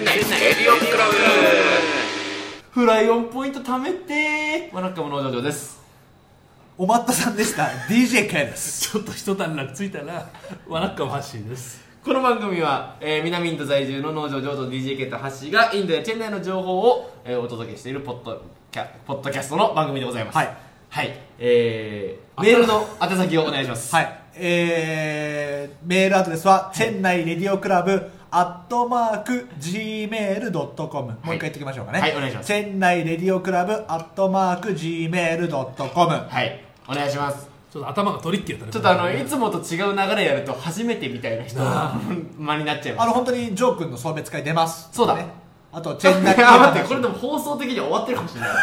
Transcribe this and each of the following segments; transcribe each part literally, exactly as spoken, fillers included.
内レディオクラブ。フライオンポイント貯めてー。ワナッカム農場長です。 おまったさんでした。 ディージェー K です。 ちょっと一段落ついたな。ワナッカムハッシーです。 この番組は、えー、南インド在住の農場長と ディージェー K とハッシーがインドやチェン内の情報を、えー、お届けしているポッドキャポッドキャストの番組でございます。 はいはい、えー、メールの宛先をお願いします。 はい、えー、メールアドレスは、はい、チェン内レディオクラブアットマーク ジーメールドットコム、はい、もう一回言っておきましょうかね。 はい、お願いします。 チェン内レディオクラブアットマーク ジーメールドットコム、 はい、お願いします。 ちょっと頭がトリッキーやったね。 ちょっとあのいつもと違う流れやると初めてみたいな人間になっちゃいます。 あの本当にジョー君の送別会出ます。 そうだ、 ね、あとチェン内あ、待って、これでも放送的には終わってるかもしれない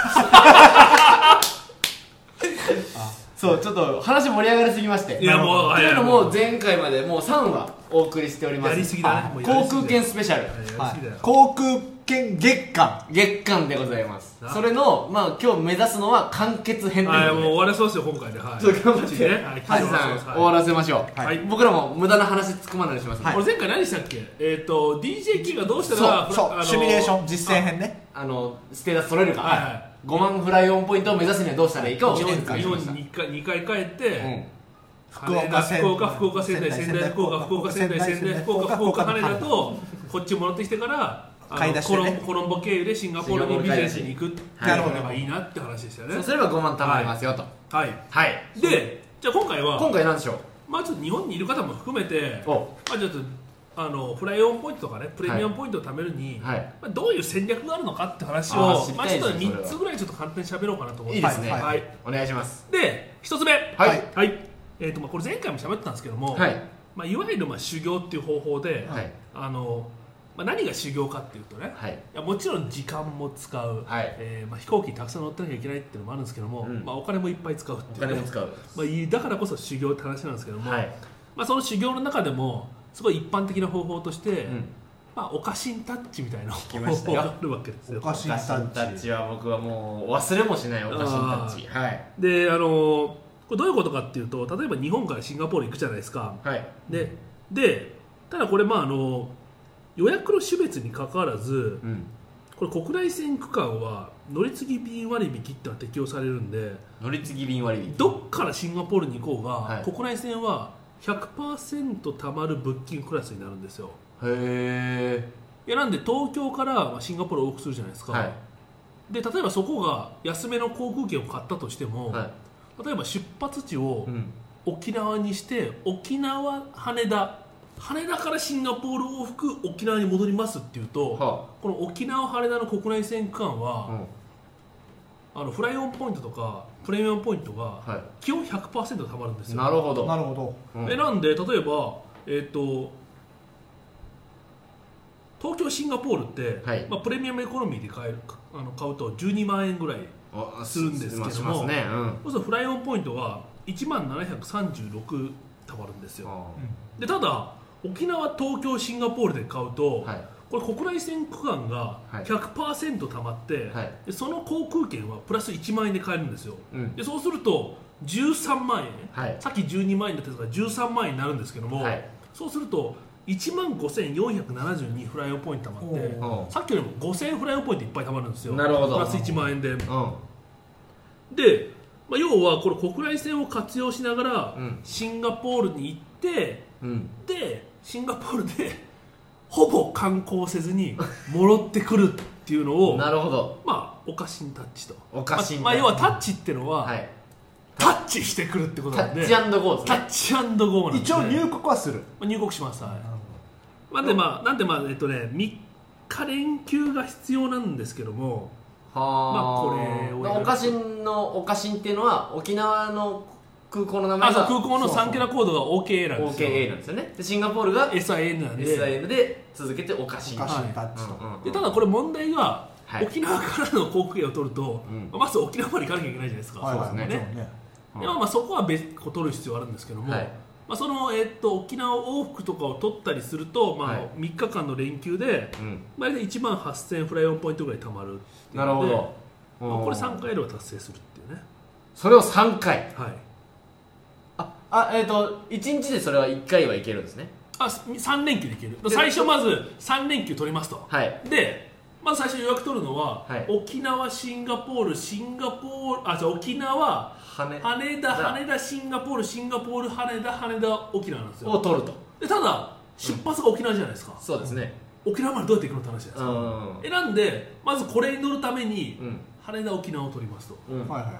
そう、ちょっと話盛り上がりすぎまして、 いやもうというのも前回までもうさんわお送りしております。 やりすぎだね。 航空券スペシャル、 はい、航空券月間月間でございます。それの、まあ、今日目指すのは完結編ということで、 はい、もう終われそうですよ今回で。はい、 ちょっと頑張ってね、ハジさん、はい、終わらせましょう。はい、僕らも無駄な話つくまないようにします、ね。 はい、俺前回何したっけ。えっ、ー、と ディージェー キーがどうしたらそうそう、シミュレーション実践編ね。 あのステータス取れるか、 はいはい、 ごまんフライオンポイントを目指すにはどうしたらいいかを日本日本ににかい帰って、うん、 福岡福岡福岡仙台仙台福岡福岡仙台仙台福岡福岡羽田とこっち戻ってきてから買い出して、ね、コロンボ経由でシンガポールにビジネスに行くってやればいいなって話でしたよね。 そうすればごまん貯まりますよと。 はいはい、 でじゃあ今回は今回なんでしょう。 まあちょっと日本にいる方も含めて、まあちょっとあのフライオンポイントとかね、プレミアムポイントを貯めるに、はい、まあ、どういう戦略があるのかって話を、まあ、ちょっとみっつぐらいちょっと簡単に喋ろうかなと思って。 いいですね、 はいはい、 お願いします。 でひとつめ、 はい、 はい、えーとまあ、これ前回も喋ったんですけども、はい、まあ、いわゆるまあ修行っていう方法で、はい、あのまあ、何が修行かっていうとね、はい、いやもちろん時間も使う、はい、えーまあ、飛行機にたくさん乗ってなきゃいけないっていうのもあるんですけども、うん、まあ、お金もいっぱい使うっていう、ね、 お金も使う、 まあ、だからこそ修行って話なんですけども、 はい、 まあ、その修行の中でもすごい一般的な方法として、うん、まあ、おかしんタッチみたいな方法があるわけですよ。 おかしんタッチは僕はもう忘れもしないおかしんタッチ、はい、 であのこれどういうことかっていうと、例えば日本からシンガポール行くじゃないですか、はい、で, でただこれ、まあ、あの予約の種別にかかわらず、うん、これ国内線区間は乗り継ぎ便割引っていうのが適用されるんで、乗り継ぎ便割引どっからシンガポールに行こうが、はい、国内線は ひゃくパーセント 貯まるブッキングクラスになるんですよ。 へー。いやなんで東京からシンガポールを往復するじゃないですか、はい、で例えばそこが安めの航空券を買ったとしても、はい、例えば出発地を沖縄にして、うん、沖縄羽田羽田からシンガポール往復沖縄に戻りますっていうと、はあ、この沖縄羽田の国内線区間は、うん、あのフライオンポイントとかプレミアムポイントが基本 ひゃくパーセント 貯まるんですよ。 なるほどなるほど、 うん、えなんで例えば、えー、と東京シンガポールって、はい、まあ、プレミアムエコノミーで買えるあの買うとじゅうにまんえんぐらいするんですけども、そうするとフライオンポイントはいちまんななひゃくさんじゅうろく貯まるんですよ。でただ沖縄東京シンガポールで買うと、はい、これ国内線区間が ひゃくパーセント 貯まって、はい、でその航空券はプラスいちまんえんで買えるんですよ、うん、でそうするとじゅうさんまんえん、はい、さっきじゅうにまんえんだったからじゅうさんまんえんになるんですけども、はい、そうするといちまんごせんよんひゃくななじゅうにフライオンポイント貯まって、さっきよりもごせんフライオンポイントいっぱい貯まるんですよ。 なるほど。 プラスいちまんえんで、うん、で、まあ、要はこれ国内線を活用しながらシンガポールに行って、うん、でシンガポールでほぼ観光せずに戻ってくるっていうのをなるほど、 まあ、おかしんタッチと、 おかしんタッチ、 まあ、要はタッチっていうのは、はい、タッチしてくるってことなんで、 タッチ&ゴーですね。 タッチ&ゴーなんで、 一応入国はする、 まあ、入国します、はい、なんでまあなんでまあえっとねみっか連休が必要なんですけども、 はまあこれをおかしんのおかしんっていうのは沖縄の空港の名前が、 あ、そう、空港のさん桁コードが オーケーエー なんですよ。 オーケーエー なんですよね。でシンガポールがエスアイエヌ なんでエスアイエヌ で続けておかしん、 おかしんタッチと、 はい、でただこれ問題が、はい、沖縄からの航空券を取ると、うん、まず沖縄まで行かなきゃいけないじゃないですか、はいはい、そうですね、ね、でまあ、そこは別個取る必要があるんですけども、はい、まあ、その、えー、っと沖縄往復とかを取ったりすると、まあ、はい、みっかかんの連休で、うん、まあ、いちまんはっせんフライオンポイントぐらい貯まるっていうので、 なるほど、 まあ、これさんかいやれば達成するっていうね。 それをさんかい、 はい、 ああ、えー、といちにちでそれはいっかいはいけるんですね。 あさん連休で行ける。最初まずさん連休取りますと、 はい、 でまず最初予約取るのは、 はい、 沖縄シンガポールシンガポールあじゃあ沖縄羽田羽田シンガポールシンガポール羽田羽田沖縄なんですよを取ると。 でただ出発が沖縄じゃないですか、 うん、そうですね。 沖縄までどうやって行くのって話じゃないですか、うん、選んでまずこれに乗るために、うん、羽田沖縄を取りますと、うん、はいはいはい。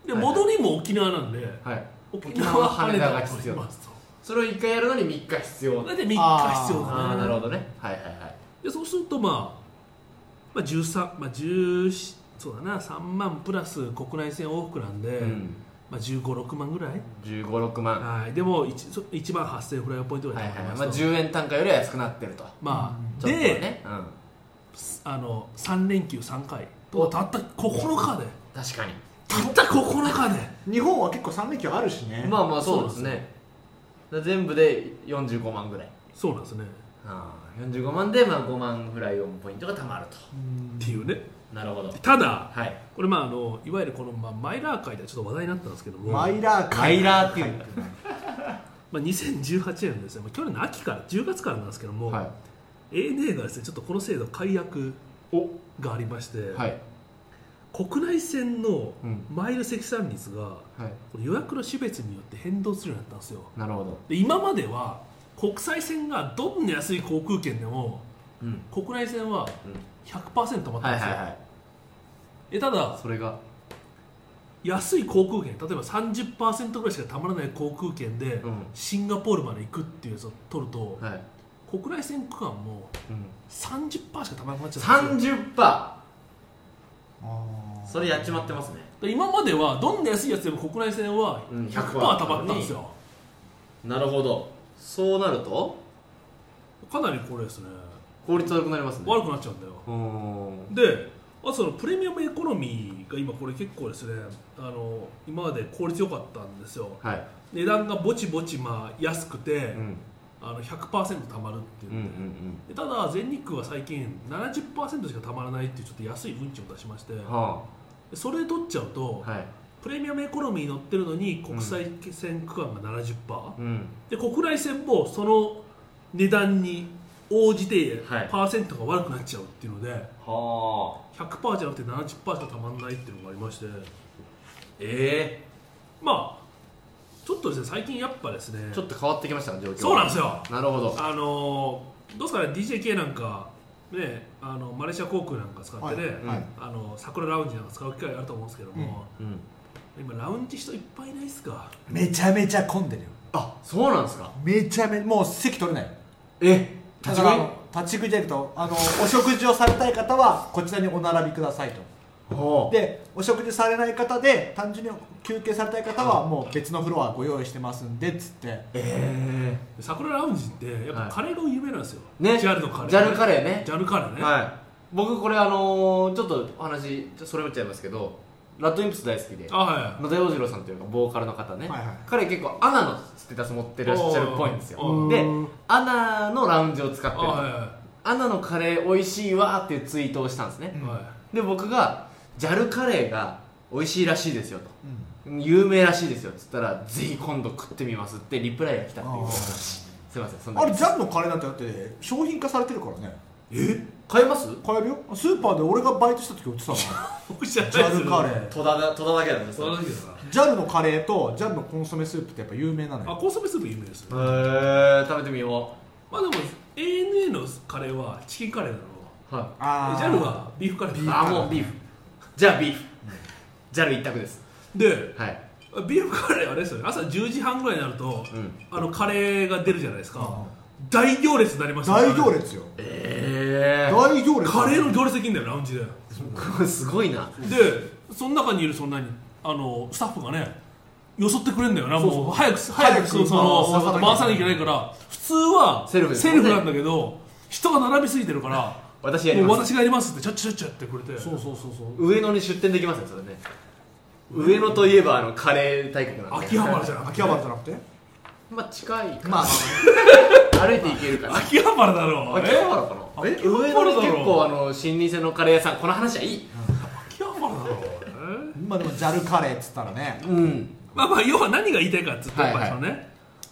で戻りも沖縄なんで、はい、沖縄羽田が必要ですと。 それをいっかいやるのにみっか必要。 大体みっか必要だね。 ああなるほどね。はいはいはい。 でそうするとまあまあじゅうさんまあじゅうそうだなさんまんプラス国内線往復なんで、うん、まあじゅうご、ろくまんぐらい。 じゅうご、ろくまん。 はい。でもいちまんはっせんフライポイントぐらい。 はいはい。まあじゅうえん単価よりは安くなってると。 まあ、うん、で、ね、うん、あのさん連休さんかいとたったここのかで。 確かに。 たったここのかで。 日本は結構さん連休あるしね。 まあまあそうですね。全部でよんじゅうごまんぐらい。 そうなんですね。 ああよんじゅうごまんでまあごまんフライオンポイントがたまると。 っていうね。 なるほど。 ただ、 はい、 これまああのいわゆるこの、まあ、マイラー界ではちょっと話題になったんですけども、 マイラー界マイラーっていうまあにせんじゅうはちねんのですね、去年の秋からじゅうがつからなんですけども、はい、エーエヌエー がですねちょっとこの制度解約がありまして、はい、国内線のマイル積算率が、うんはい、これ予約の種別によって変動するようになったんですよ。 なるほど。 で今までは国際線がどんな安い航空券でも、うん、国内線は ひゃくパーセント 止まったんですよ、はいはいはい。えただそれが安い航空券、例えば さんじゅっパーセント ぐらいしかたまらない航空券で、うん、シンガポールまで行くっていうやつを取ると、はい、国内線区間も さんじゅっパーセント しかたまらなくなっちゃうんですよ。 さんじゅっパーセント それやっちまってますね。 今まではどんな安いやつでも国内線は ひゃくパーセント たまったんですよ、 うん、なるほど。そうなるとかなりこれですね効率悪くなりますね。 悪くなっちゃうんだよ。であとそのプレミアムエコノミーが今これ結構ですねあの今まで効率良かったんですよ、はい、値段がぼちぼちまあ安くて、うん、あの ひゃくパーセント たまるっていうので、うんうんうん、でただ全日空は最近 ななじゅっパーセント しかたまらないっていうちょっと安い運賃を出しまして、はあ、それで取っちゃうと、はい、プレミアムエコノミー乗ってるのに国際線区間が ななじゅっパーセント、うん、で国内線もその値段に応じてパーセントが悪くなっちゃうっていうので、はい、ひゃくパーセント じゃなくて ななじゅっパーセント しかたまんないっていうのがありまして、ええー、まあちょっとですね最近やっぱですねちょっと変わってきましたね状況。 そうなんですよ。 なるほど。 あのどうですかね ディージェーケー なんかねあのマレーシア航空なんか使ってね、はいはい、あの桜ラウンジなんか使う機会あると思うんですけども、うんうん、今ラウンジ人いっぱいいないですか。 めちゃめちゃ混んでるよ。 あ、そうなんですか。めちゃめちゃもう席取れない。 え立ち食い立ち食いでるとあのお食事をされたい方はこちらにお並びくださいと。でお食事されない方で単純に休憩されたい方はもう別のフロアご用意してますんでっつって、 えー、桜ラウンジってやっぱカレーが有名なんですよ、 ね、 ジャルのカレー、 ジャルカレーね。 ジャルカレーね、 はい、僕これあのー、ちょっとお話それもっちゃいますけどラッドインプス大好きで、はい、野田洋次郎さんというのがボーカルの方ね、はいはい、彼結構アナのステータス持ってらっしゃるっぽいんですよ。でアナのラウンジを使ってる、はいはい、アナのカレー美味しいわっていうツイートをしたんですね、はい、で僕がジャルカレーが美味しいらしいですよと、うん、有名らしいですよっつったらぜひ今度食ってみますってリプライが来たっていう話。すいませんそんな。 あれジャルのカレーなんてだって商品化されてるからね。 え買えます？ 買えるよ。スーパーで俺がバイトした時売ってたのジャルカレー。 戸田だ、戸田だけなんです。 ジャルのカレーとジャルのコンソメスープってやっぱ有名なのよ。 あ、コンソメスープ有名ですよ、 ね、へえ食べてみよう。まあでも エーエヌエー のカレーはチキンカレーだろう、はい、あジャルはビーフカレー。 あもうビーフじゃあビーフ、うん、ジャル一択です。 で、はい、ビーフカレーはあれですよね朝じゅうじはんぐらいになると、うん、あのカレーが出るじゃないですか、うん、大行列になりました、 ね、大行列よ。 えー、大行列。カレーの行列できんだよラウンジで。 すごいな。 でその中にいるそんなにあのスタッフがねよそってくれんだよな。もう早く早くその回さなきゃいけないから普通はセルフ、ね、セルフなんだけど人が並びすぎてるから私やります私がやりますってちゃっちゃっちゃやってくれて。 そうそうそうそう上野に出店できますよそれね。上野といえばあのカレー大国なんで。 秋葉原じゃなくて秋葉原じゃなくてまあ近いかな、まあ、歩いて行けるかな。 秋葉原だろう。 秋葉原かな。え上野に結構あの老舗のカレー屋さんこの話はいい、うん、 秋葉原だろう。 まあでもジャルカレーっつったらね、 うん、まあまあ要は何が言いたいかっつってやっぱりそのね、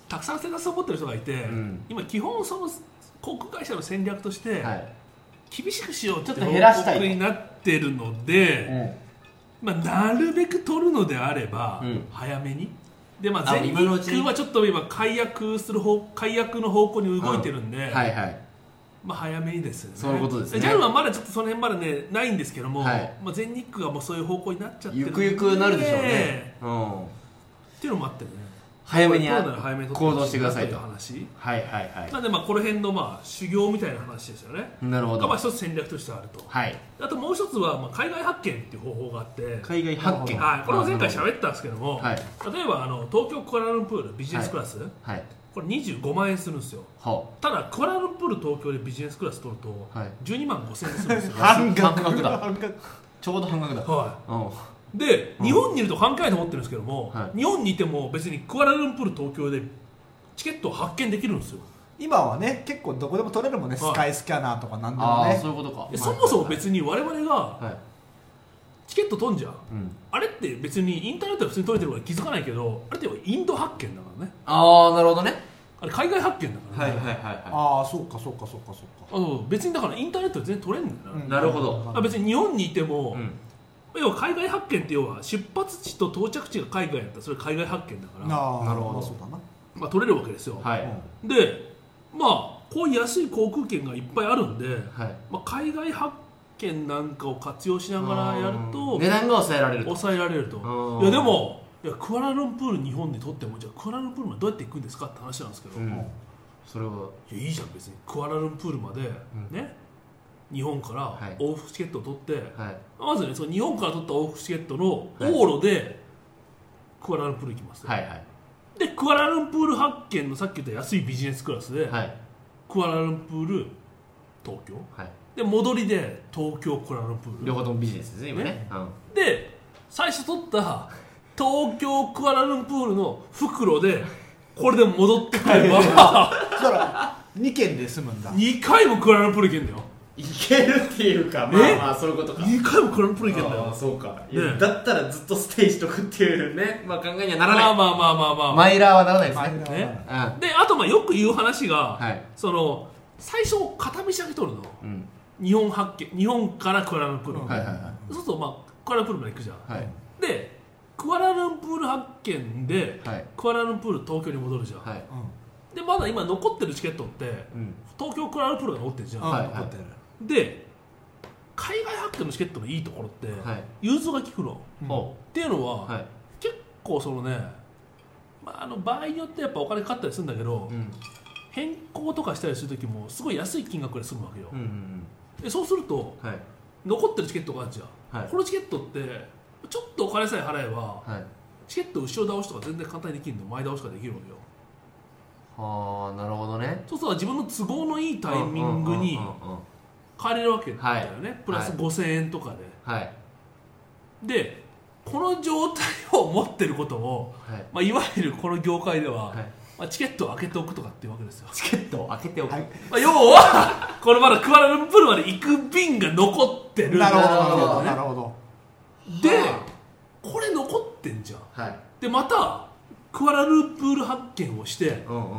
たくさんステータスを持ってる人がいて、うん、今基本その航空会社の戦略として、はい、厳しくしようっていう方向になってるので、うんまあ、なるべく取るのであれば、うん、早めにで、まあ、全日空はちょっと今解約する方解約の方向に動いてるんで、うんはいはいまあ、早めにですよね。 そういうことですね。 ジャルはまだちょっとその辺まだねないんですけども、はいまあ、全日空がもうそういう方向になっちゃってるんでゆくゆくなるでしょうね、うん、 っていうのもあってね早めに行動してくださいと話はいはいはいなんでまあこの辺のまあ修行みたいな話ですよね。 なるほどがまあ一つ戦略としてあると、はい、あともう一つはまあ海外発見っていう方法があって海外発見、 はい、これも前回喋ったんですけども、はい、例えばあの東京クアラルンプールビジネスクラス、はいはい、これにじゅうごまんえんするんですよ、はあ、ただクアラルンプール東京でビジネスクラス取るとじゅうにまんごせんえんするんですよ半額だちょうど半額だはい、うんで、うん、日本にいると関係ないと思ってるんですけども、はい、日本にいても別にクアラルンプール東京でチケットを発見できるんですよ。 今はね結構どこでも取れるもんね、はい、スカイスキャナーとかなんでもね。 そういうことか。 そもそも別に我々がチケット取んじゃん、はい、あれって別にインターネットで普通に取れてるから気づかないけどあれってインド発見だからね。 ああなるほどね。 あれ海外発見だからね。 はいはいはい、はい、 ああそうかそうかそうかそうか。 あの別にだからインターネットで全然取れるんだよな、 うん、なるほど。 別に日本にいても、うん要は海外発見って要は出発地と到着地が海外だったらそれ海外発見だからあなるほどそうだな、 まあ、取れるわけですよ、はい、でまあこういう安い航空券がいっぱいあるんで、はいまあ、海外発見なんかを活用しながらやると値段が抑えられると抑えられるといやでもいやクアラルンプール日本にとってもじゃあクアラルンプールまでどうやって行くんですかって話なんですけど、うん、 それはいやいいじゃん別にクアラルンプールまで、うん、ね日本から往復チケットを取って、はい、まずねその日本から取った往復チケットの往路でクアラルンプール行きます、はいはい、でクアラルンプール発見のさっき言った安いビジネスクラスで、はい、クアラルンプール東京、はい、で戻りで東京クアラルンプール両方ともビジネスですね今ね、ねうん、で最初取った東京クアラルンプールの袋でこれで戻ってくればだからにけんで済むんだにかいもクアラルンプール行けんだよいけるっていうかまあまあそういうことかにかいもクアラルンプール行けんだよ。 あそうか、ね、だったらずっとステージとくっていうね、まあ、考えにはならない。 まあまあまあまあまあマイラーはならないですね。 ね、うん、であとまあよく言う話が、はい、その最初片道だけ取るの、うん、日本発見日本からクアラルンプール、うんはいはいはい、そうするとまあクアラルンプールまで行くじゃん、はい、でクアラルンプール発見で、はい、クアラルンプール東京に戻るじゃん、はいうん、でまだ今残ってるチケットって、うん、東京クアラルンプールが残ってるじゃん、はい、残ってるで海外発見のチケットのいいところって、はい、融通が利くの、うん、っていうのは、はい、結構そのね、まあ、あの場合によってやっぱお金かかったりするんだけど、うん、変更とかしたりする時もすごい安い金額で済むわけよ、うんうんうん、でそうすると、はい、残ってるチケットがあるじゃん、はい、このチケットってちょっとお金さえ払えば、はい、チケット後ろ倒しとか全然簡単にできるの前倒しができるわけよ。 はあなるほどね。 そうすると自分の都合のいいタイミングに帰れるわけだよね、はい、プラスごせんえんとかで、はい、でこの状態を持ってることを、はいまあ、いわゆるこの業界では、はいまあ、チケットを開けておくとかっていうわけですよ。 チケットを開けておく、はいまあ、要はこれまだクアラルンプールまで行く便が残ってる。 なるほど、ね、なるほど。 でこれ残ってんじゃん、はい、でまたクアラルンプール発見をして、うんうんうんうん、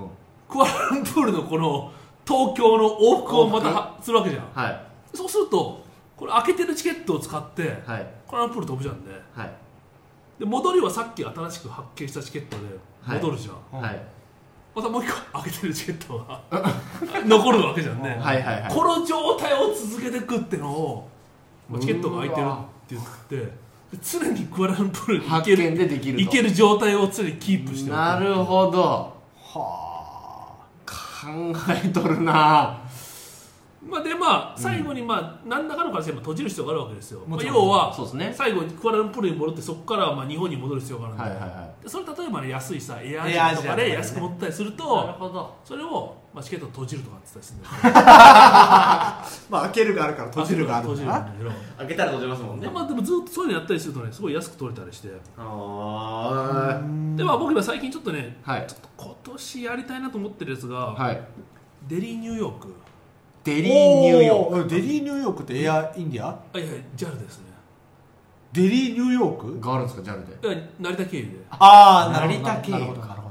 クアラルンプールのこの東京の往復をまたするわけじゃん、はい、そうするとこれ開けてるチケットを使って、はい、クアラルンプール飛ぶじゃんね、はい、で戻りはさっき新しく発見したチケットで戻るじゃん、はいはい、またもう一個開けてるチケットが残るわけじゃんねはいはい、はい、この状態を続けていくってのをチケットが開いてるって言って常にクアラルンプールに行ける、 でできる行ける状態を常にキープしてる。 なるほど。はあ考えとるな。 まあ、でまあ最後にまあ何らかの形で閉じる必要があるわけですよ、まあ、要はそうです、ね、最後にクアラルンプールに戻ってそこからまあ日本に戻る必要があるので、はいはいはい、それ例えば、ね、安いさエアアジアとかで安く持ったりすると、なるほどそれをまあチケット閉じるとかって言ったりするんだけどまあ開けるがあるから閉じるがあるんだな。 開けたら閉じますもんね。 まあでもずっとそういうのやったりするとねすごい安く取れたりして、あでまあ僕ら最近ちょっとね、はい、ちょっと今年やりたいなと思ってるやつが、はい、デリーニューヨーク。 デリーニューヨーク。 デリーニューヨークってエアインディア？ あいや ジャル ですね。 デリーニューヨークがあるんですか ジャル で？ いや成田経由で。 ああ成田経由。なるほどなるほど。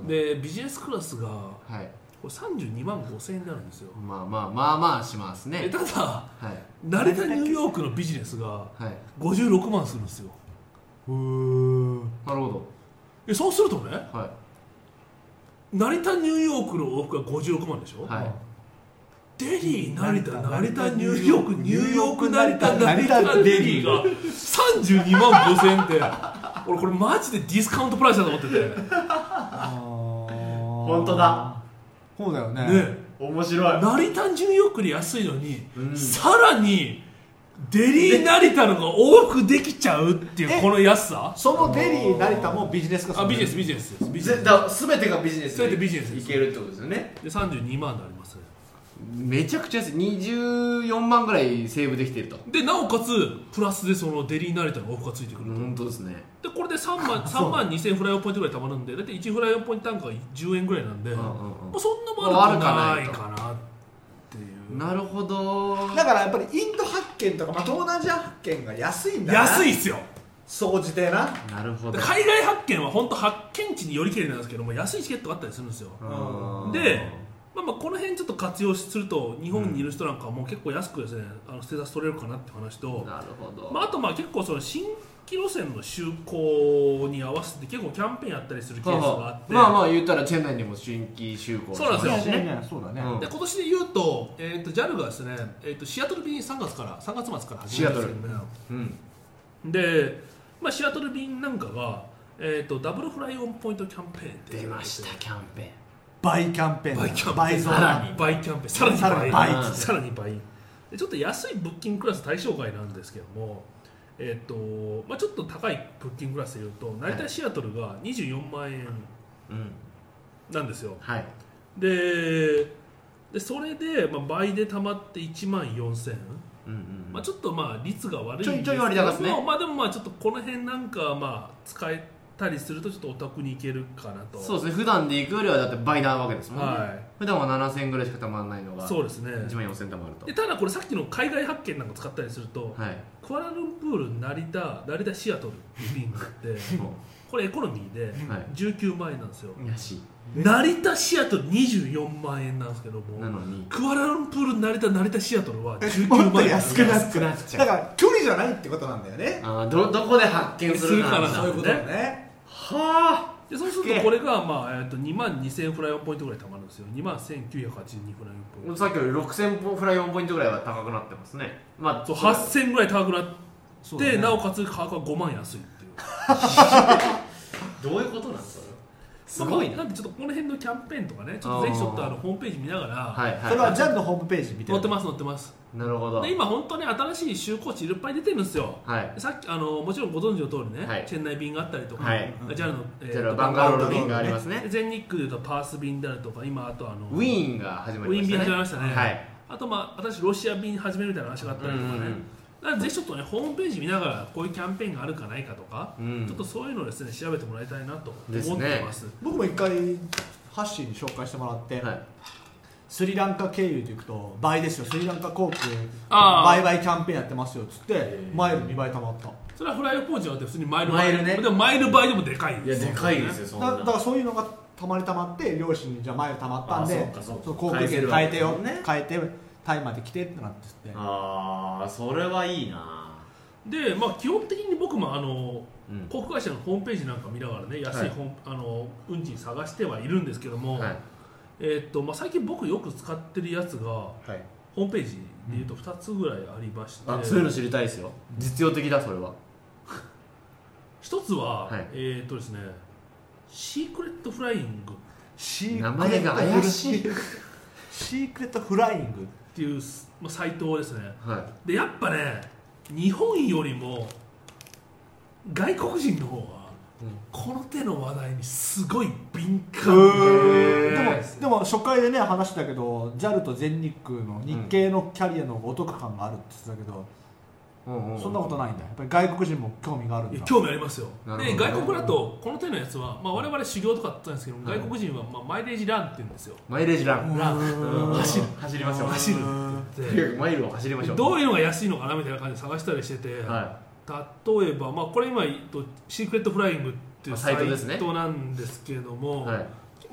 でビジネスクラスが、はい、これさんじゅうにまんごせんえんになるんですよ。 まあまあまあまあしますね。 ただ、はい、成田ニューヨークのビジネスがごじゅうろくまんするんですよ。 へー、なるほど。 えそうするとね、はい、成田ニューヨークの往復がごじゅうろくまんでしょ、はい、デリー成田成田ニューヨークニューヨーク成田成田デリーがさんじゅうにまんごせんえんって俺これマジでディスカウントプライスだと思ってて本当だ、 そうだよね。ね、 面白い。 成田ニューヨークで安いのに、うん、さらにデリー成田のが往復できちゃうっていうこの安さ。 そのデリー成田もビジネスか。 あ、ビジネスビジネスです。だ全てがビジネスでビジネスいけるってことですよね。 でさんじゅうにまんであります。 めちゃくちゃ安い。にじゅうよんまんぐらいセーブできてると。 でなおかつプラスでそのデリー成田の往復がついてくると。 本当ですね。 でこれでさんまんにせんフライオンポイントぐらいたまるんで、だいたいいちフライオンポイント単価がじゅうえんぐらいなんで、うんうんうん、まあ、そんな悪くないかなっていう。 なるほど。 だからやっぱりインド発券とか、まあ、東南アジア発券が安いんだな。 安いっすよ総じてな。 なるほど。 海外発券は本当発券地によりけりなんですけども、安いチケットがあったりするんですよ。でまあ、まあこの辺ちょっと活用すると日本にいる人なんかはもう結構安くですね、あのステータス取れるかなって話と、 なるほど、 まあ、あとまあ結構その新規路線の就航に合わせて結構キャンペーンやったりするケースがあって、 まあまあ言ったらチェン内にも新規就航そうなんですよね。そうだね、うん、 で今年で言うと、えー、と ジャル がですね、えー、とシアトル便さんがつからさんがつ末から始めるんですけどね、うん、で、まあ、シアトル便なんかが、えー、とダブルフライオンポイントキャンペーンって出ましたキャンペーン倍キャンペーン、 倍キャンペーン、 倍増だ、倍キャンペーン、さらにさらに倍、 さらに倍でちょっと安いブッキングクラス対象外なんですけども、えーとまあ、ちょっと高いブッキングクラスでいうと成田シアトルがにじゅうよんまんえんなんですよ、はい、ででそれで、まあ、倍でたまっていちまんよんせん、うんうんうん、まあ、ちょっとまあ率が悪いんですけど、 ちょいちょい割高ですね。 まあ、でもまあちょっとこの辺なんかまあ使えたりするとちょっとお得にいけるかなと。 そうですね、普段で行くよりはだって倍なわけですもんね、はい、普段はななせんえんぐらいしかたまらないのがそうですねいちまんよんせんたまると。 でただこれさっきの海外発券なんか使ったりすると、はい、クアラルンプール成田成田シアトルっていう便があってこれエコノミーでじゅうきゅうまんえんなんですよ、はい、 安い。 成田シアトルにじゅうよんまんえんなんですけども、 なのにクアラルンプール成田成田シアトルはじゅうきゅうまんえん安くなっちゃう。だから距離じゃないってことなんだよね。 あ ど, どこで発見するかな、 そういうことだね。 はあ。 でそうするとこれが、まあえー、とにまんにせんフライオンポイントぐらいたまるんですよ。にまんせんきゅうひゃくはちじゅうにフライオンポイント。 さっきよりろくせんフライオンポイントぐらいは高くなってますね。まあ、 そうはっせんぐらい高くなって、ね、なおかつ価格がごまん安いっていうどういうことなんですか。すごいな。 なんでちょっとこの辺のキャンペーンとかね、ちょっとぜひちょっとあのホームページ見ながら、 はいはいはい、それはジャルのホームページ見て載ってます載ってます。 なるほど。 で今本当に新しい就航地いっぱい出てるんですよ、はい、さっきあのもちろんご存知の通りね、はい、チェン内便があったりとか、はい、ジャルの、 えー、バンガロール便がありますね。 全日空でいうとパース便であるとか、今あとあのウィーンが始まりましたね。 ウィーン便始まりましたね、 はい、 あとまあ私ロシア便始めるみたいな話があったりとかね、うんうん、だからぜひちょっとねホームページ見ながらこういうキャンペーンがあるかないかとか、うん、ちょっとそういうのをですね調べてもらいたいなと思ってます。 僕も一回ハッシーに紹介してもらって、はい、スリランカ経由で行くと倍ですよ、スリランカ航空倍々キャンペーンやってますよっつってマイルにばい貯まった。 それはフライドポーチじゃなくて普通にマイルマイルね。 でもマイル倍でもでかいですよね。 いやでかいですよ。そんなだ, だからそういうのがたまりたまって両親にじゃあマイル貯まったんでその航空券変えてよ、ね、変えてタイまで来てってなってって。 ああそれはいいな。 でまあ基本的に僕もあの、うん、航空会社のホームページなんか見ながらね安い、はい、あの運賃探してはいるんですけども、はい、えーっとまあ、最近僕よく使ってるやつが、はい、ホームページでいうとふたつぐらいありまして、 うん、あそういうの知りたいですよ。実用的だそれは。 一つは、はい、えーっとですねシークレットフライング。 名前が怪しいシークレットフライングっていう、まあ、サイトですね、はい、でやっぱね日本よりも外国人の方がこの手の話題にすごい敏感で、 でも、でも初回でね話したけど ジャル と全日空の日系のキャリアのお得感があるって言ってたけど、うん、そんなことないんだ。やっぱり外国人も興味があるんだ。 興味ありますよ。で外国だとこの手のやつは、まあ、我々修行とかって言ったんですけど、うん、外国人は、まあ、マイレージランって言うんですよ。 マイレージランラン走る走りましょう。 走るってマイルを走りましょう。 どういうのが安いのかなみたいな感じで探したりしてて、はい、例えば、まあ、これ今シークレットフライングっていうサイトなんですけども、はい、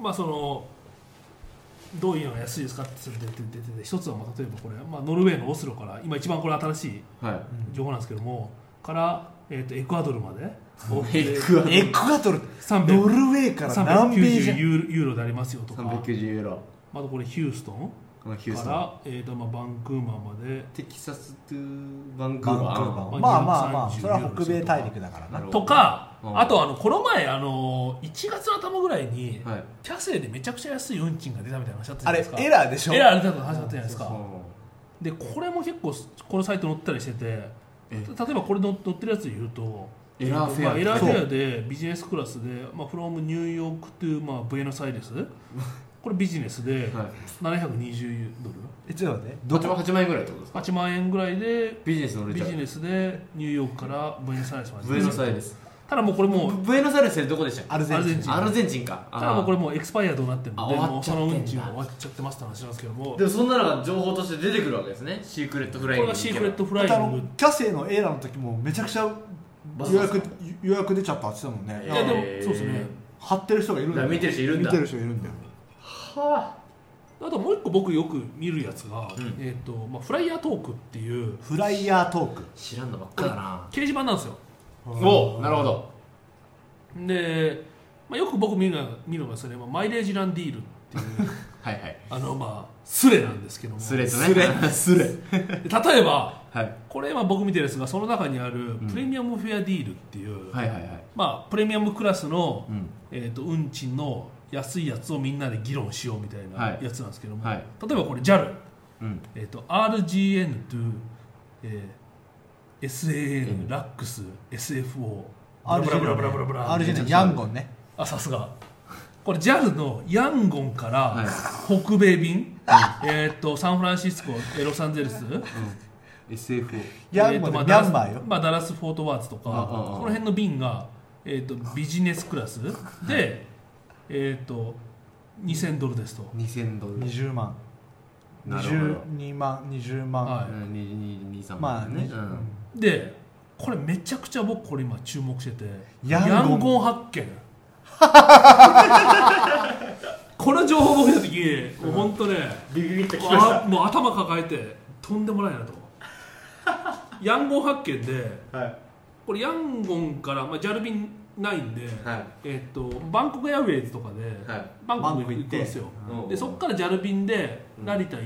まあそのどういうのが安いですかって出て出てて、一つはまあ例えばこれ、まあ、ノルウェーのオスロから今一番これ新しい情報なんですけども、から、えー、とエクアドルまでエクアドルノルウェーから南米じゃんユーロでありますよとか、 さんびゃくきゅうじゅうユーロ、 あとこれヒューストンから、えーとまあ、バンクーバーまでテキサスとバンクーバー、 まあまあまあそれは北米大陸だからなとか、あとあのこの前あのいちがつの頭ぐらいに、はい、キャセイでめちゃくちゃ安い運賃が出たみたいな話あったじゃないですか。 あれエラーでしょ。 エラー出た話あったじゃないですか。でこれも結構このサイト載ったりしてて、例えばこれ載ってるやつで言うとエラーフェア、 まあ、エラーフェアでビジネスクラスで、まあ、フロムニューヨークと、まあ、ブエノスアイレスこれビジネスでななひゃくにじゅうドル、 えちょっと待ってはちまんえんぐらいってことですか。 はちまんえんぐらいでビジネス乗れちゃう。 ビジネスでニューヨークからブエノスアイレスまで。 ブエノスアイレス、 ただもうこれもうブエノスアイレスってどこでしたっけ。 アルゼンチン。 アルゼンチンか。 ただもうこれもうエクスパイアどうなってるので、もうその運賃が終わっちゃってますって話なんですけども、 でもそんなのが情報として出てくるわけですね。シークレットフライング。 これがシークレットフライング。 キャセイのエラーの時もめちゃくちゃ予約予約出ちゃったって言ってたもんね。 いやでもそうですね。 貼ってる人がいるんだよ。 見てる人いるんだ。 見てる人いるんだよ。 はあ。あともう一個僕よく見るやつが、うん、えっ、ー、とまあフライヤートークっていうフライヤートーク知らんのばっかだな。 掲示板なんですよ。 おお、なるほど。 で、まあ、よく僕見るのが見るのがですね、まあ、マイレージランディールっていうはいはいあのまあスレなんですけども、 スレとねスレ例えば、はい、これ今僕見てるやつがその中にあるプレミアムフェアディールっていう、うんはいはいはい、まあプレミアムクラスの、うんえー、と運賃の安いやつをみんなで議論しようみたいなやつなんですけども、はいはい、例えばこれ ジャル、うんえー、と アールジーエヌ と、えー、エスエーエヌ、ラックス、エスエフオー、ブラブラブラブラブラアールジーエヌ ヤンゴンね。 あ、さすが。これ ジャル のヤンゴンから北米便、はい、えー、とサンフランシスコ、ロサンゼルス、うん、 エスエフオー、 ヤンゴン、まあ、ミャンマーよ、 まあ、ダラスフォートワーツとか、この辺の便が、えー、とビジネスクラスで、はい、えー、とにせんドルですと。 にせんドル、 にじゅうまん、にじゅうにまん、にじゅうまん、はい、にじゅうさんまんね、 まあね、うん、でこれめちゃくちゃ僕これ今注目してて、ヤンゴン発見この情報僕見た時、もう本当ね、 ビビビッときました。 もう頭抱えてとんでもないなとヤンゴン発見で、はい、これヤンゴンから、まあ、ジャル便ないんで、はいえー、とバンコクエアウェイズとかで、はい、バンコク行くんですよ。でそこからジャル便で成田行って、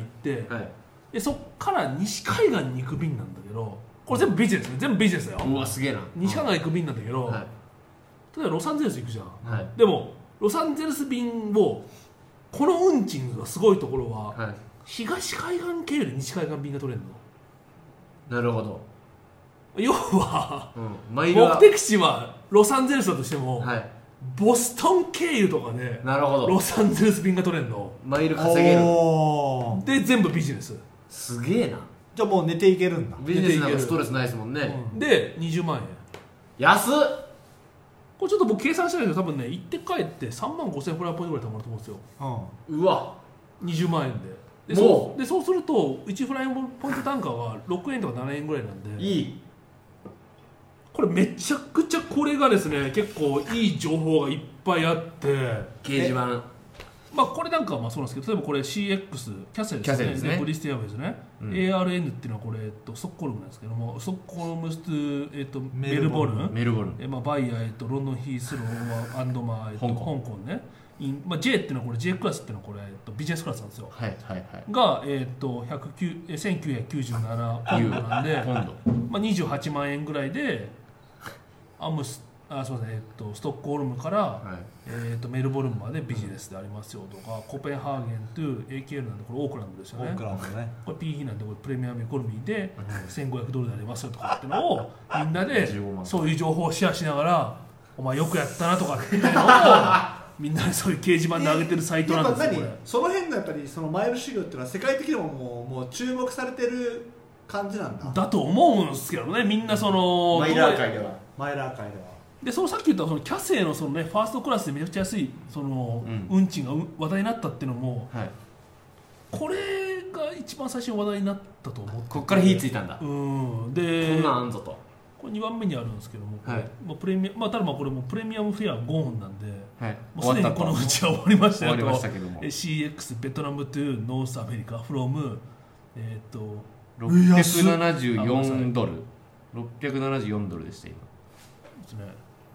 うんはい、でそこから西海岸に行く便なんだけど、これ全部ビジネスね、全部ビジネスだよ。 うわすげえな。 西海岸行く便なんだけど、はい、例えばロサンゼルス行くじゃん、はい、でもロサンゼルス便をこの運賃がすごいところは、はい、東海岸経由で西海岸便が取れるの。なるほど。 要は、うん、目的地はロサンゼルスだとしても、はい、ボストン経由とかでなるほどロサンゼルス便が取れるの。 マイル稼げるで全部ビジネス。 すげえな。 じゃあもう寝ていけるんだ。 ビジネスなんかストレスないですもんね、 うん、でにじゅうまんえん。 安っ。 これちょっと僕計算してないけど、多分ね行って帰ってさんまんごせんフライポイントぐらい貯まると思うんですよ、 うん、うわにじゅうまんえんで。でもうでそうするといちフライポイント単価はろくえんとかななえんぐらいなんでいい。 これめちゃくちゃこれがですね結構いい情報がいっぱいあって。 掲示板、 まあこれなんかはまあそうなんですけど、例えばこれ シーエックス キャセルです ね, ですねブリスティアウェイズね、うん、エーアールエヌ っていうのはこれ、えっと、ストックホルムなんですけども、ストックホルムスと、えっと、メルボルンメルボルン、 えまあ、バイヤー、えっと、ロンドンヒースローアンド、まあえっと、香港ね、まあ、J っていうのはこれ J クラスっていうのはこれ、えっと、ビジネスクラスなんですよ、 はいはいはい、 が、えっと、せんきゅうひゃくきゅうじゅうななポンドなんでまあ、にじゅうはちまんえんぐらいでアムスあそうですねえっと、ストックホルムから、はいえー、とメルボルンまでビジネスでありますよとか、コペンハーゲンと エーケーエル なんでこれオークランドですよね。 オークランドね。 これ ピーイー なんでこれプレミアムエコノミーでせんごひゃくドルでありますよとかっていうのをみんなでそういう情報をシェアしながらお前よくやったなとかっていうのをみんなでそういう掲示板で上げてるサイトなんですよ。これその辺のやっぱりそのマイル修行っていうのは世界的にももう、もう注目されてる感じなんだだと思うんですけどね。みんなそのマイラー界ではマイラー界ではでそのさっき言ったそのキャセイのその、ね、ファーストクラスでめちゃくちゃ安いその、うん、運賃が話題になったっていうのも、はい、これが一番最初に話題になったと思って、 こっから火ついたんだ。 うんでこんなんあんぞと。 こにばんめにあるんですけども、はい、まあプレミアまあ、ただまあこれもプレミアムフェアごふんなんで、 はい、 もうすでにこのうちは終わりましたよ。 終わりましたけどもシーエックス ベトナムトゥノースアメリカフロムえっ、ー、とろっぴゃくななじゅうよんドルろっぴゃくななじゅうよんドルでした今ですね、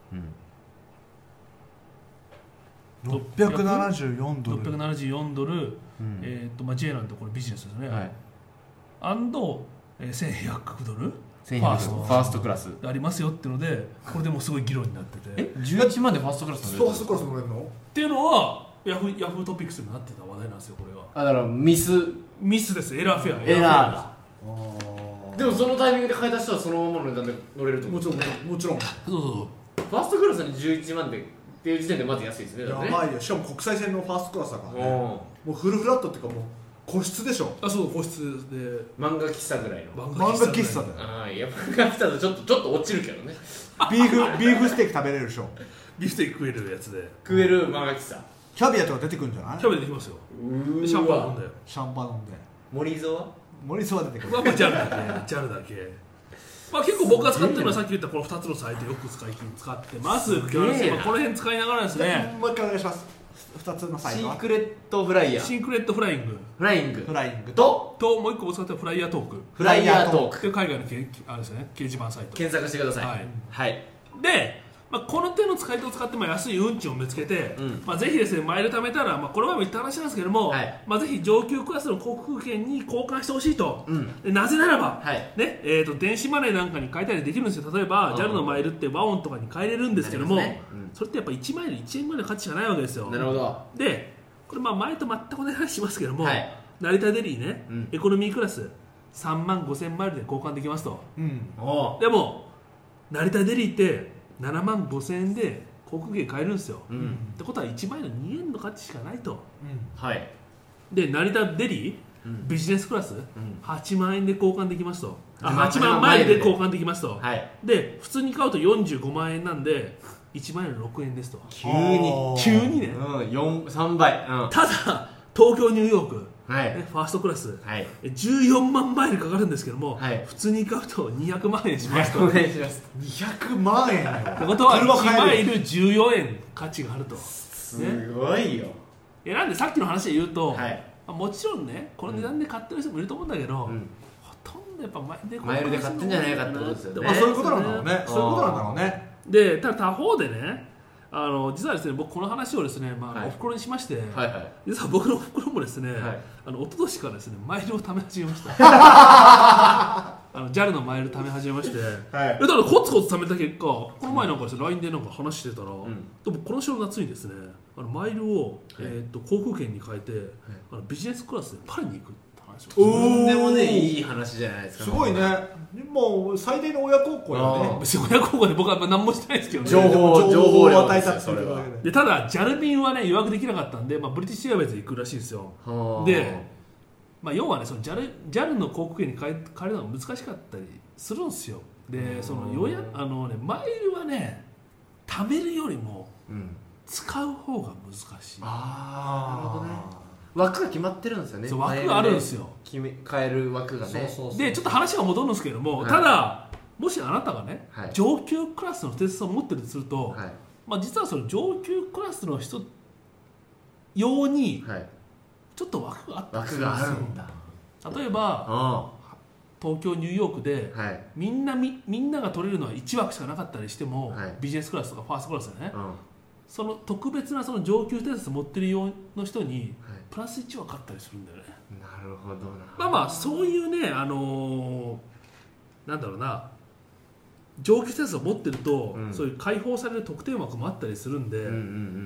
うん、ろっぴゃくななじゅうよんドルろっぴゃくななじゅうよんドル、うん、えっ、ー、とまあ J なんてこれビジネスですね、はい、アンド、えー、せんひゃくドルファーストファーストクラスありますよっていうのでこれでもすごい議論になっててえじゅういちまんでファーストクラスファーストクラス乗れるのっていうのはヤフーヤフートピックスになってた話題なんですよこれが。 あだからミスミスですエラーフェアエラーだでもそのタイミングで買い出したらそのままの値段で乗れると思う。 もちろんもちろんそうそうそうファーストクラスにじゅういちまんでっていう時点でまず安いですね。 やばいよしかも国際線のファーストクラスだからねもうフルフラットっていうかもう個室でしょ。 あそう個室で漫画喫茶ぐらいの漫画喫茶だよ。 ああいや漫画喫茶だとちょっとちょっと落ちるけどねビーフビーフステーキ食べれるでしょ。 ビーフステーキ食えるやつで食える漫画喫茶キャビアとか出てくるんじゃない。 キャビア出てきますよ。シャンパン飲んでシャンパン飲んで森蔵は森蔵は出てくる。 まあジャルだけジャルだけまあ結構僕が使ってるのはさっき言ったこのふたつのサイトよく使い使ってます。まあ、この辺使いながらですね。 もう一回お願いします。ふたつのサイトはシークレットフライヤーシークレットフライングフライングフライングとともう一個僕使ってるフライヤートークフライヤートークっていう海外のけあれですね掲示板サイト検索してください。 はい、 はい、 で、まあ、この手の使い手を使ってまあ安い運賃を見つけて、うんまあ、ぜひですねマイル貯めたら、まあ、この前も言った話なんですけども、はいまあ、ぜひ上級クラスの航空券に交換してほしいと、うん、でなぜならば、はいねえー、と電子マネーなんかに変えたりできるんですよ。例えば ジャル のマイルってワオンとかに変えれるんですけども、ねうん、それってやっぱいちマイルいちえんぐらいの価値しかないわけですよ。 なるほど。 でこれまあ前と全く同じ話しますけども、はい、成田デリーね、うん、エコノミークラスさんまんごせんマイルで交換できますと、うん、でも成田デリーってななまんごせんえんで航空券買えるんですよ、うん、ってことはいちマイルにえんの価値しかないと、うんはい、で成田デリー、うん、ビジネスクラス、うん、はちまんえんで交換できますと、あはちまんマイルで交換できますと、はい、で普通に買うとよんじゅうごまんえんなんでいちまんえんろくえんですと。 急に急にね、 うん、さんばい、うん、 ただ東京ニューヨーク、はいね、ファーストクラス、はい、じゅうよんまんマイルかかるんですけども、はい、普通に買うとにひゃくまんえんしますと。 にひゃくまんえんってことはいちマイルじゅうよんえん価値があると、ね、 すごいよ。 いやなんでさっきの話で言うと、はい、もちろんねこの値段で買ってる人もいると思うんだけど、うん、ほとんどやっぱマイルでマイルで買ってんじゃないかってことですよね。 まあ、そういうことなんだろうね。そういうことなんだろうね。 でただ他方でねあの実はですね僕この話をですね、まあはい、おふくろにしまして、はいはい、実は僕のおふくろもですね、はい、あの一昨年からですねマイルを貯め始めましたあの ジャル のマイル貯め始めまして、はい、だからコツコツ貯めた結果この前なんかですね ライン でなんか話してたら、うん、でもこの年の夏にですねあのマイルを、はいえー、と航空券に変えて、はい、あのビジネスクラスでパリに行くとんでもねいい話じゃないですか。 すごいね。もう最大の親孝行よね。 別に親孝行で僕は何もしてないですけどね。 情報情報を与えたそれは。でただ ジャル 便はね予約できなかったんで、まあ、ブリティッシュエアウェイズ行くらしいんですよ。で、まあ、要はねその ジャル, ジャルの航空券に変え変えるのが難しかったりするんですよ。でその予約あのねマイルはね貯めるよりも使う方が難しい。 ああなるほどね。枠が決まってるんですよね。 そう枠があるんですよ。 決め変える枠がね。そうそうそうでちょっと話が戻るんですけども、はい、ただもしあなたがね、はい、上級クラスのテストを持ってるとすると、はいまあ、実はその上級クラスの人用にちょっと枠があったりするんですよ。枠があるんだ。例えば東京ニューヨークで、はい、みんなみみんなが取れるのはいち枠しかなかったりしても、はい、ビジネスクラスとかファーストクラスでね、うん、その特別なその上級テストを持ってるようの人にプラスいち枠あったりするんだよね。 なるほどな。 まあまあそういうねあのー、なんだろうな上級テストを持ってると、うん、そういう解放される特典枠もあったりするんで、うんうんうん、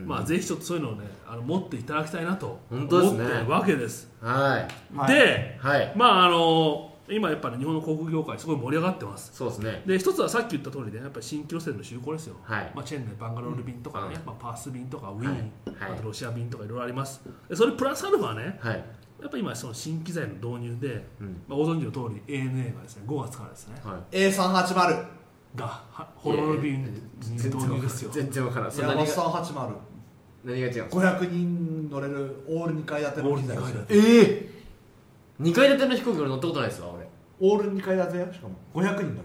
まあぜひちょっとそういうのをねあの持っていただきたいなと思ってるわけです。 はい。 で、はい、まああのー今やっぱり日本の航空業界すごい盛り上がってます。 そうですね。 で一つはさっき言った通りでやっぱり新規路線の就航ですよ。 はい。 まあチェンでバンガロール便とかね、うんまあ、パース便とかウィーン、はい、あとロシア便とかいろいろあります。でそれプラスアルファね、はい、やっぱり今その新機材の導入で、うんまあ、ご存知の通り エーエヌエー がですねごがつからですね、はい、 エーさんはちまるがホロロル便に導入ですよ。 全然わからない。 エーさんはちまる何が違う？ ごひゃくにん乗れるオールにかい建ての機材ですよ。 ええー、にかい建ての飛行機俺乗ったことないですわ俺。 オールにかい建てよしかもごひゃくにん乗れ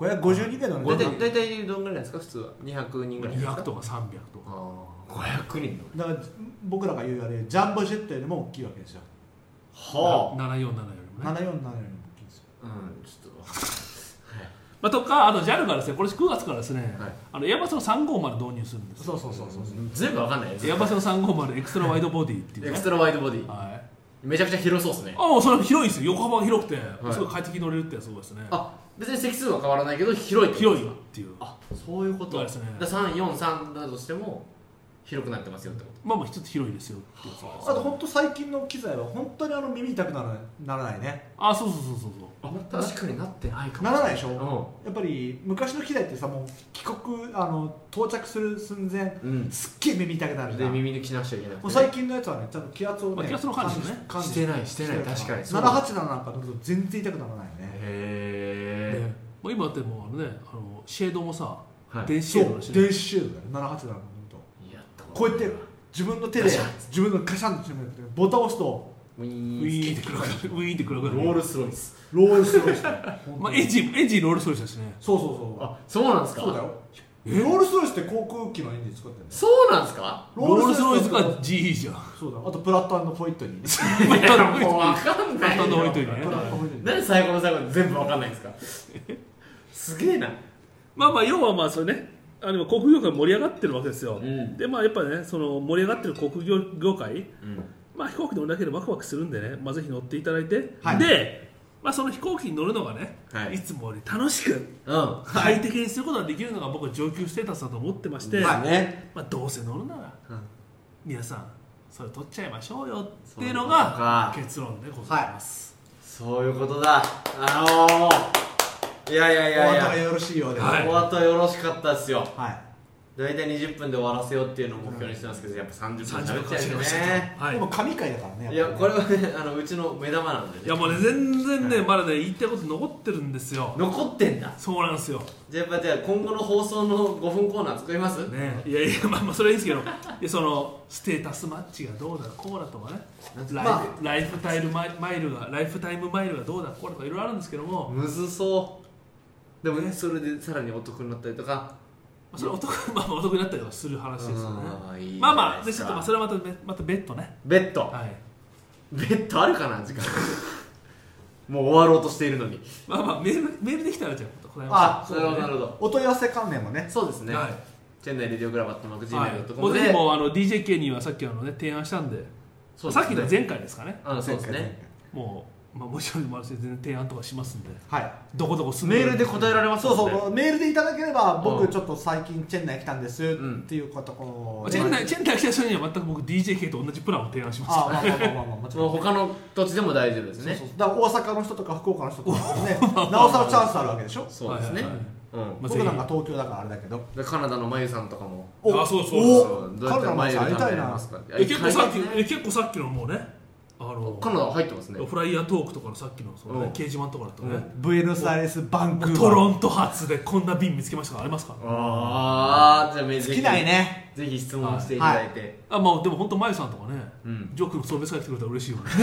ごひゃくごじゅうにんぐらいの大体大体どんぐらいですか普通はにひゃくにんぐらいですか。 にひゃくとかさんびゃくとか。 ごひゃくにんのだから僕らが言うあれジャンボジェットよりも大きいわけですよ。 はあ。 ななよんななよりもね。 ななよんななよりも大きいんですよ。 うんちょっとまあとかあと ジャル がですねこれくがつからですね、はい、あのエアバスのさんごーまる導入するんです。 そうそうそうそう全部わかんないです。 エアバスのさんごーまるエクストラワイドボディっていう、ね、 エクストラワイドボディ。 はい。 めちゃくちゃ広そうですね。 ああそれ広いですよ。横幅が広くて、はい、すごい快適に乗れるってやつですね。 あ別に席数は変わらないけど広いって広いっていう。 あそういうことですね。さんよんさんだとしても広くなってますよってこと。 まあまあ一つ広いですよっていう。 あと本当最近の機材は本当にあの耳痛くならならないね。 あそうそうそうそうそう。 あ確かになってないかも。 ならないでしょ、うん、やっぱり昔の機材ってさもう帰国あの到着する寸前、うん、すっげえ耳痛くなるで耳抜きしなくちゃいけない、ね、 もう最近のやつはねちゃんと気圧をね、まあ、 気圧の感じね感じしてないしてない確かにななはちなななんか乗ると全然痛くならないね。 へえ、 ね、今だってもうあのねあのシェードもさ、はい、電子シェードだし、ね、電子シェードだよななはちななのこうやって自分の手で自分のカシャンとしてボタンを押すとウィーンって暗くなる。ウィーンって暗くなる。 ロールスロイス。 ロールスロイス。 まあエンジンエンジンロールスロイスですね。 そうそうそう。 あ、そうなんですか。 そうだよ。ロールスロイスって航空機のエンジン使ってるんだよ。 そうなんですか。 ロールスロイスが ジーイー じゃん。 そうだ。あとプラット&ホイットニー。 プラット&ホイットニー。わかんない。 プラット&ホイットニーね。 何最後の最後で全部わかんないんですか。すげえな。 まあまあ要はまあそれね。あの航空業界盛り上がってるわけですよ。うん、でまあやっぱねその盛り上がってる航空業業界。うんまあ、飛行機乗るだけでワクワクするんでね、まあ、ぜひ乗っていただいて、はい、で、まあ、その飛行機に乗るのがね、はい、いつもより楽しく、うん、快適にすることができるのが僕は上級ステータスだと思ってまして、まあねまあ、どうせ乗るなら、うん、皆さんそれ取っちゃいましょうよっていうのが結論でございます、 はい、そういうことだ。あのー、いやいやいやいやお後がよろしいようで、 はい、お後よろしかったですよ。はい大体にじゅっぷんで終わらせようっていうのを目標にしてますけど、やっぱさんじゅっぷん喋っちゃうんでね、 はい、でも神回だからね。 いやこれはねあのうちの目玉なんで、ね、 いやもうね全然ね、はい、まだね言いたいこと残ってるんですよ。 残ってんだ。 そうなんですよ。 じゃあやっぱじゃあ今後の放送のごふんコーナー作りますね。いやいやまあまあそれはいいんですけどでそのステータスマッチがどうだこうだとかねライ,、まあ、ライフタイムマイルがライフタイムマイルがどうだこうだとかいろいろあるんですけどもむずそうでもねそれでさらにお得になったりとかそれお得、まあ、お得になったりはする話ですよね。いいまあまあでちょっとまあそれはまたまた別途ね。 別途。はい。別途あるかな時間。もう終わろうとしているのに。 まあまあメールメールできたらじゃあ答えます。あ、なるほどなるほど。 お問い合わせ関連もね。 そうですね。はい。チェンナイレディオグラバットマーク ジーメールドットコムで。もうぜひもうあの ディージェーケー にはさっきあのね提案したんで。そうさっきの前回ですかね。 あ、そうですね。 もう。まあ、もちろん全然提案とかしますんで、 はい、 どこどこメールで答えられますもんね。そうそうメールでいただければ僕ちょっと最近チェンナイ来たんですっていうことこう、うん、チェンナイチェンナイ来た人には全く僕 ディージェーケー と同じプランを提案します。 あまあまあまあまあまあ他の土地でも大丈夫ですね。 そうそうだから大阪の人とか福岡の人とかねなおさらチャンスあるわけでしょ。 そうですね。 僕なんか東京だからあれだけどカナダのまゆさんとかもあそうそうカナダのまゆさん会いたいな。 結構さっき結構さっきのもうねあのカナダ入ってますね。 フライヤートークとかのさっきのその、ね、掲示板とかだとね、うん、 ブエノスアイレスバンクーバートロント発でこんな便見つけましたからありますか。 ああじゃあ好きないね。 ぜひ質問していただいて、はい、 あまあでも本当まゆさんとかね、うん、ジョークの送別会来てくれたら嬉しいよね。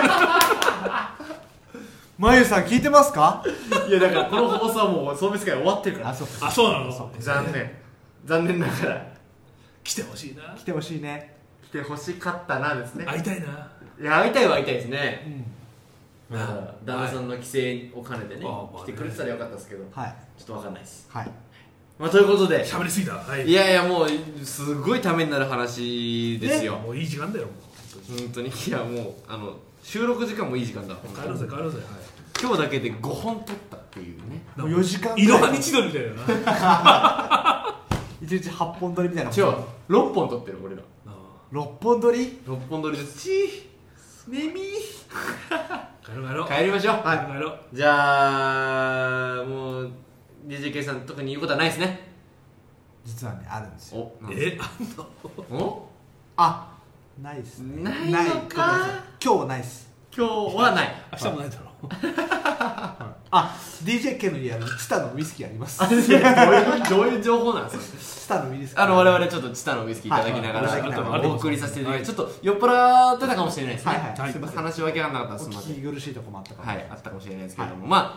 まゆさん聞いてますか。 いやだからこの放送はもう送別会終わってるから。 あそうあそうなの。 残念残念ながら来てほしいな。 来てほしいね。 来てほしかったなですね。 会いたいな。 いや会いたいは会いたいですね、うん、旦那さんの帰省を兼ねてね、はい、来てくれてたらよかったですけど、はい、ちょっと分かんないです、はいまあ、ということで喋りすぎた、はい、 いやいやもうすごいためになる話ですよ、 ね、もういい時間だよもう本当にいやもうあの収録時間もいい時間だ。 帰ろうぜ帰ろうぜ、はい、 今日だけでごほん撮ったっていうね。 もうよじかんいろはにちどりみたいだな。 いちにちはっぽん撮りみたいな。 違うろっぽん撮ってる俺ら。 ろっぽん撮りろっぽん撮りです。ちーねみ帰ろう帰ろう帰りましょう。 はい帰ろう。 じゃあもう ディージェーケー さん特に言うことはないですね。 実はねあるんですよ。 おえあんのおあないっすね。 ないのか。 今日はないっす。 今日はない。 明日もないだろう。 あ ディージェーケー の家あのチタのウイスキーあります。 どういうどういう情報なんですか。 チタのウイスキーあの我々ちょっとチタのウイスキーいただきながらお送りさせていただいて、ちょっと酔っ払ってたかもしれないですね。はいはい。すみません話わけわかんなかったです。 お聞き苦しいとこもあったかも。 はいあったかもしれないですけれども、まあ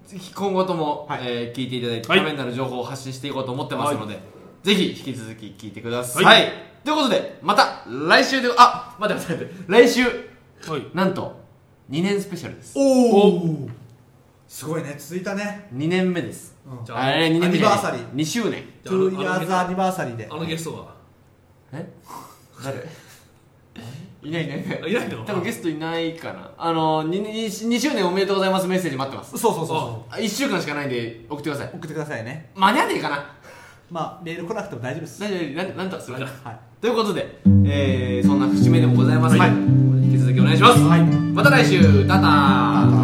今後とも、はい、えー、聞いていただいて、はい、ためになる情報を発信していこうと思ってますので、はい、ぜひ引き続き聞いてください、はい、ということでまた来週であ待って待って待って来週、はい、なんとにねんスペシャルです。 おおすごいね、続いたね。 にねんめです、 うん、じゃああれにねんめアニバーサリーにしゅうねんトゥーイヤーズアニバーサリーであのゲストがえ誰いないいないいないいないの多分ゲストいないかな。あの 2, 2周年おめでとうございますメッセージ待ってます。 そうそうそういっしゅうかんしかないんで送ってください。 送ってくださいね。 間に合わねえかな。 まあメール来なくても大丈夫です。 大丈夫なんなんとかするから、はい、ということで、えー、そんな節目でもございます、はい、引き続きお願いします、はい、また来週タタ